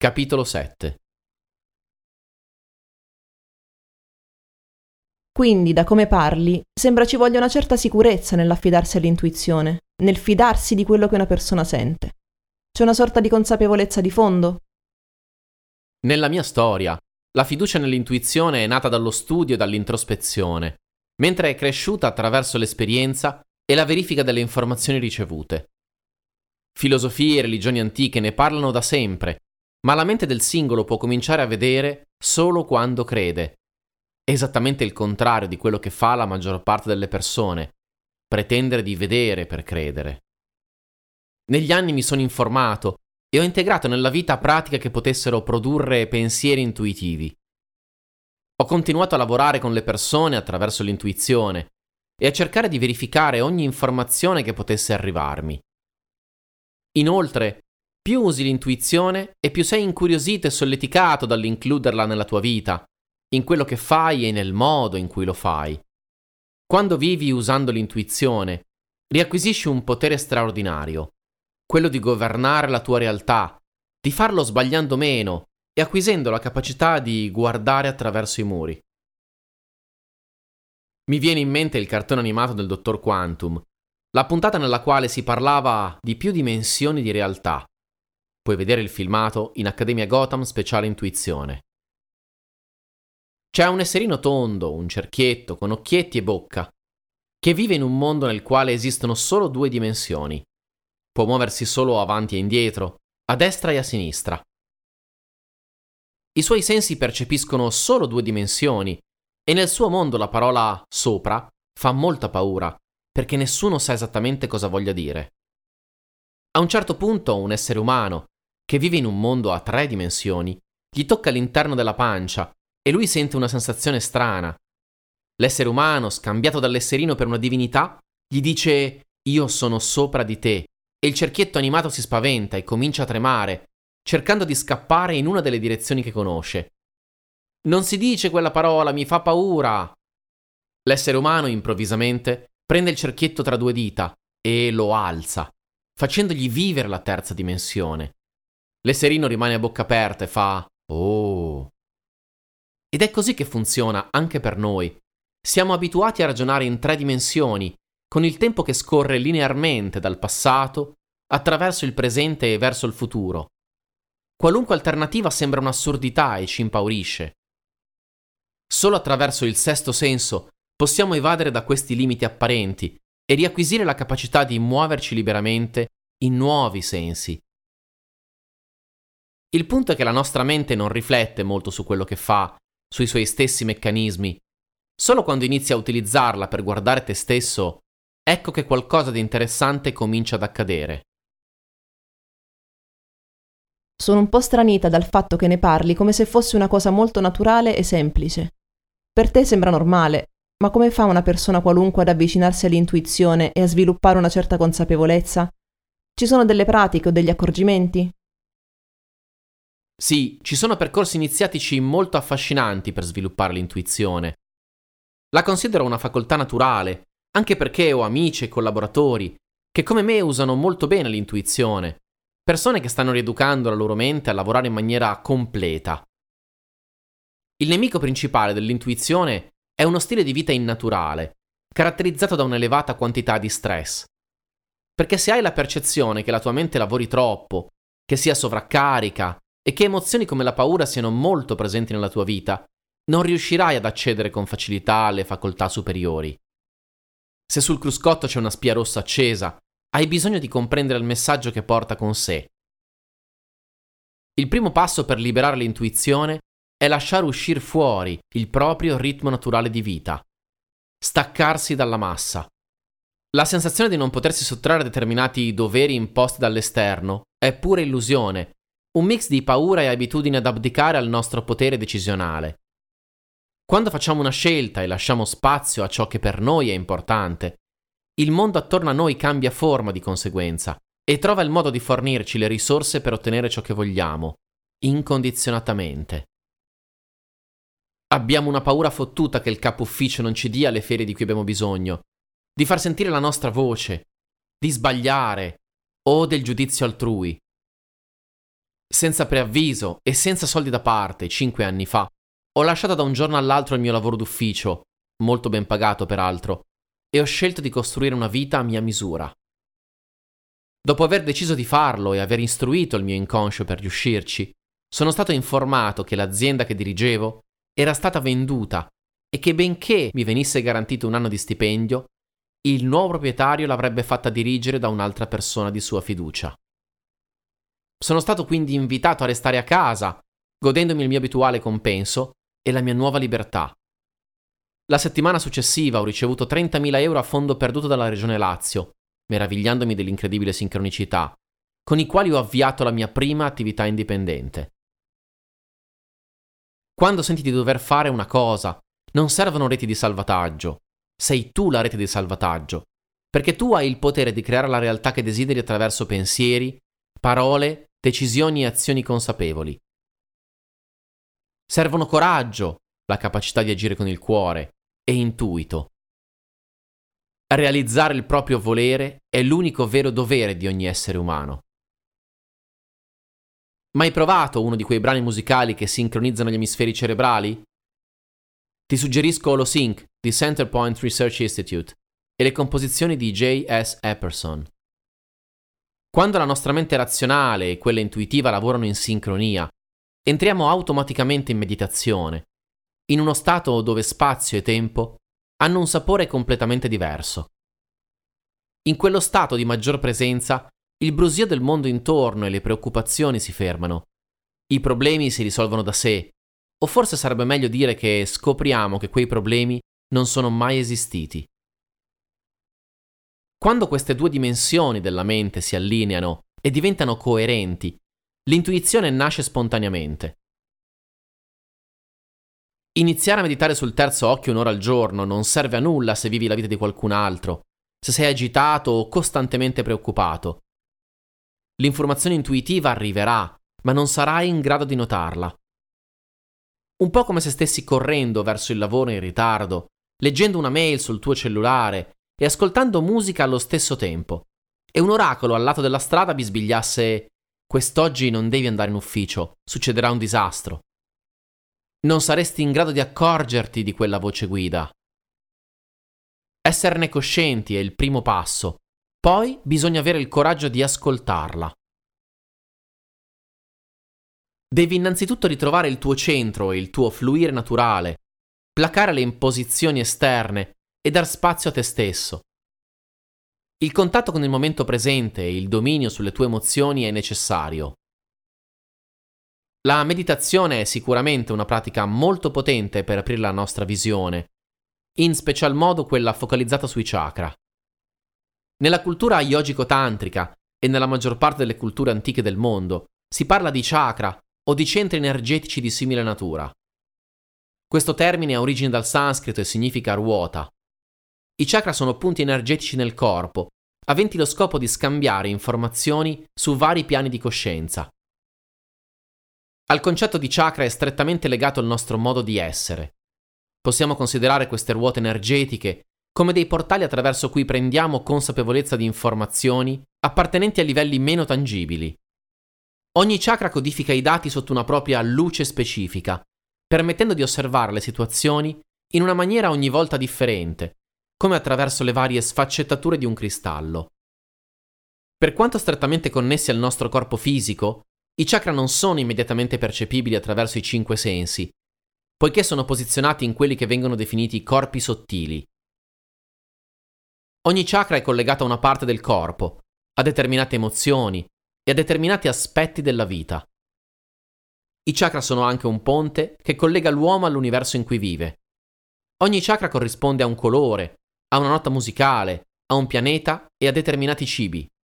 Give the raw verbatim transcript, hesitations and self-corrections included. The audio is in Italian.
Capitolo sette. Quindi, da come parli, sembra ci voglia una certa sicurezza nell'affidarsi all'intuizione, nel fidarsi di quello che una persona sente. C'è una sorta di consapevolezza di fondo? Nella mia storia, la fiducia nell'intuizione è nata dallo studio e dall'introspezione, mentre è cresciuta attraverso l'esperienza e la verifica delle informazioni ricevute. Filosofie e religioni antiche ne parlano da sempre, ma la mente del singolo può cominciare a vedere solo quando crede. Esattamente il contrario di quello che fa la maggior parte delle persone, pretendere di vedere per credere. Negli anni mi sono informato e ho integrato nella vita pratiche che potessero produrre pensieri intuitivi. Ho continuato a lavorare con le persone attraverso l'intuizione e a cercare di verificare ogni informazione che potesse arrivarmi. Inoltre, più usi l'intuizione e più sei incuriosito e solleticato dall'includerla nella tua vita, in quello che fai e nel modo in cui lo fai. Quando vivi usando l'intuizione, riacquisisci un potere straordinario, quello di governare la tua realtà, di farlo sbagliando meno e acquisendo la capacità di guardare attraverso i muri. Mi viene in mente il cartone animato del dottor Quantum, la puntata nella quale si parlava di più dimensioni di realtà. Puoi vedere il filmato in Accademia Gotham Speciale Intuizione. C'è un esserino tondo, un cerchietto, con occhietti e bocca, che vive in un mondo nel quale esistono solo due dimensioni. Può muoversi solo avanti e indietro, a destra e a sinistra. I suoi sensi percepiscono solo due dimensioni e nel suo mondo la parola sopra fa molta paura, perché nessuno sa esattamente cosa voglia dire. A un certo punto un essere umano, che vive in un mondo a tre dimensioni, gli tocca l'interno della pancia e lui sente una sensazione strana. L'essere umano, scambiato dall'esserino per una divinità, gli dice «Io sono sopra di te», e il cerchietto animato si spaventa e comincia a tremare, cercando di scappare in una delle direzioni che conosce. «Non si dice quella parola, mi fa paura!» L'essere umano, improvvisamente, prende il cerchietto tra due dita e lo alza, facendogli vivere la terza dimensione. L'esserino rimane a bocca aperta e fa «Oh!» Ed è così che funziona anche per noi. Siamo abituati a ragionare in tre dimensioni, con il tempo che scorre linearmente dal passato, attraverso il presente e verso il futuro. Qualunque alternativa sembra un'assurdità e ci impaurisce. Solo attraverso il sesto senso possiamo evadere da questi limiti apparenti e riacquisire la capacità di muoverci liberamente in nuovi sensi. Il punto è che la nostra mente non riflette molto su quello che fa, sui suoi stessi meccanismi. Solo quando inizi a utilizzarla per guardare te stesso, ecco che qualcosa di interessante comincia ad accadere. Sono un po' stranita dal fatto che ne parli come se fosse una cosa molto naturale e semplice. Per te sembra normale, ma come fa una persona qualunque ad avvicinarsi all'intuizione e a sviluppare una certa consapevolezza? Ci sono delle pratiche o degli accorgimenti? Sì, ci sono percorsi iniziatici molto affascinanti per sviluppare l'intuizione. La considero una facoltà naturale, anche perché ho amici e collaboratori che come me usano molto bene l'intuizione, persone che stanno rieducando la loro mente a lavorare in maniera completa. Il nemico principale dell'intuizione è uno stile di vita innaturale, caratterizzato da un'elevata quantità di stress. Perché se hai la percezione che la tua mente lavori troppo, che sia sovraccarica e che emozioni come la paura siano molto presenti nella tua vita, non riuscirai ad accedere con facilità alle facoltà superiori. Se sul cruscotto c'è una spia rossa accesa, hai bisogno di comprendere il messaggio che porta con sé. Il primo passo per liberare l'intuizione è lasciare uscire fuori il proprio ritmo naturale di vita. Staccarsi dalla massa. La sensazione di non potersi sottrarre a determinati doveri imposti dall'esterno è pura illusione, un mix di paura e abitudine ad abdicare al nostro potere decisionale. Quando facciamo una scelta e lasciamo spazio a ciò che per noi è importante, il mondo attorno a noi cambia forma di conseguenza e trova il modo di fornirci le risorse per ottenere ciò che vogliamo, incondizionatamente. Abbiamo una paura fottuta che il capo ufficio non ci dia le ferie di cui abbiamo bisogno, di far sentire la nostra voce, di sbagliare o del giudizio altrui. Senza preavviso e senza soldi da parte, cinque anni fa, ho lasciato da un giorno all'altro il mio lavoro d'ufficio, molto ben pagato peraltro, e ho scelto di costruire una vita a mia misura. Dopo aver deciso di farlo e aver istruito il mio inconscio per riuscirci, sono stato informato che l'azienda che dirigevo era stata venduta e che benché mi venisse garantito un anno di stipendio, il nuovo proprietario l'avrebbe fatta dirigere da un'altra persona di sua fiducia. Sono stato quindi invitato a restare a casa, godendomi il mio abituale compenso e la mia nuova libertà. La settimana successiva ho ricevuto trentamila euro a fondo perduto dalla Regione Lazio, meravigliandomi dell'incredibile sincronicità, con i quali ho avviato la mia prima attività indipendente. Quando senti di dover fare una cosa, non servono reti di salvataggio. Sei tu la rete di salvataggio, perché tu hai il potere di creare la realtà che desideri attraverso pensieri, parole, decisioni e azioni consapevoli. Servono coraggio, la capacità di agire con il cuore, e intuito. Realizzare il proprio volere è l'unico vero dovere di ogni essere umano. Mai provato uno di quei brani musicali che sincronizzano gli emisferi cerebrali? Ti suggerisco HoloSync di Centerpoint Research Institute e le composizioni di J S Epperson. Quando la nostra mente razionale e quella intuitiva lavorano in sincronia, entriamo automaticamente in meditazione, in uno stato dove spazio e tempo hanno un sapore completamente diverso. In quello stato di maggior presenza, il brusio del mondo intorno e le preoccupazioni si fermano. I problemi si risolvono da sé, o forse sarebbe meglio dire che scopriamo che quei problemi non sono mai esistiti. Quando queste due dimensioni della mente si allineano e diventano coerenti, l'intuizione nasce spontaneamente. Iniziare a meditare sul terzo occhio un'ora al giorno non serve a nulla se vivi la vita di qualcun altro, se sei agitato o costantemente preoccupato. L'informazione intuitiva arriverà, ma non sarai in grado di notarla. Un po' come se stessi correndo verso il lavoro in ritardo, leggendo una mail sul tuo cellulare e ascoltando musica allo stesso tempo, e un oracolo al lato della strada bisbigliasse: quest'oggi non devi andare in ufficio, succederà un disastro. Non saresti in grado di accorgerti di quella voce guida. Esserne coscienti è il primo passo, poi bisogna avere il coraggio di ascoltarla. Devi innanzitutto ritrovare il tuo centro e il tuo fluire naturale, placare le imposizioni esterne e dar spazio a te stesso. Il contatto con il momento presente e il dominio sulle tue emozioni è necessario. La meditazione è sicuramente una pratica molto potente per aprire la nostra visione, in special modo quella focalizzata sui chakra. Nella cultura yogico-tantrica e nella maggior parte delle culture antiche del mondo si parla di chakra o di centri energetici di simile natura. Questo termine ha origine dal sanscrito e significa ruota. I chakra sono punti energetici nel corpo, aventi lo scopo di scambiare informazioni su vari piani di coscienza. Al concetto di chakra è strettamente legato il nostro modo di essere. Possiamo considerare queste ruote energetiche come dei portali attraverso cui prendiamo consapevolezza di informazioni appartenenti a livelli meno tangibili. Ogni chakra codifica i dati sotto una propria luce specifica, permettendo di osservare le situazioni in una maniera ogni volta differente, come attraverso le varie sfaccettature di un cristallo. Per quanto strettamente connessi al nostro corpo fisico, i chakra non sono immediatamente percepibili attraverso i cinque sensi, poiché sono posizionati in quelli che vengono definiti corpi sottili. Ogni chakra è collegato a una parte del corpo, a determinate emozioni e a determinati aspetti della vita. I chakra sono anche un ponte che collega l'uomo all'universo in cui vive. Ogni chakra corrisponde a un colore, a una nota musicale, a un pianeta e a determinati cibi.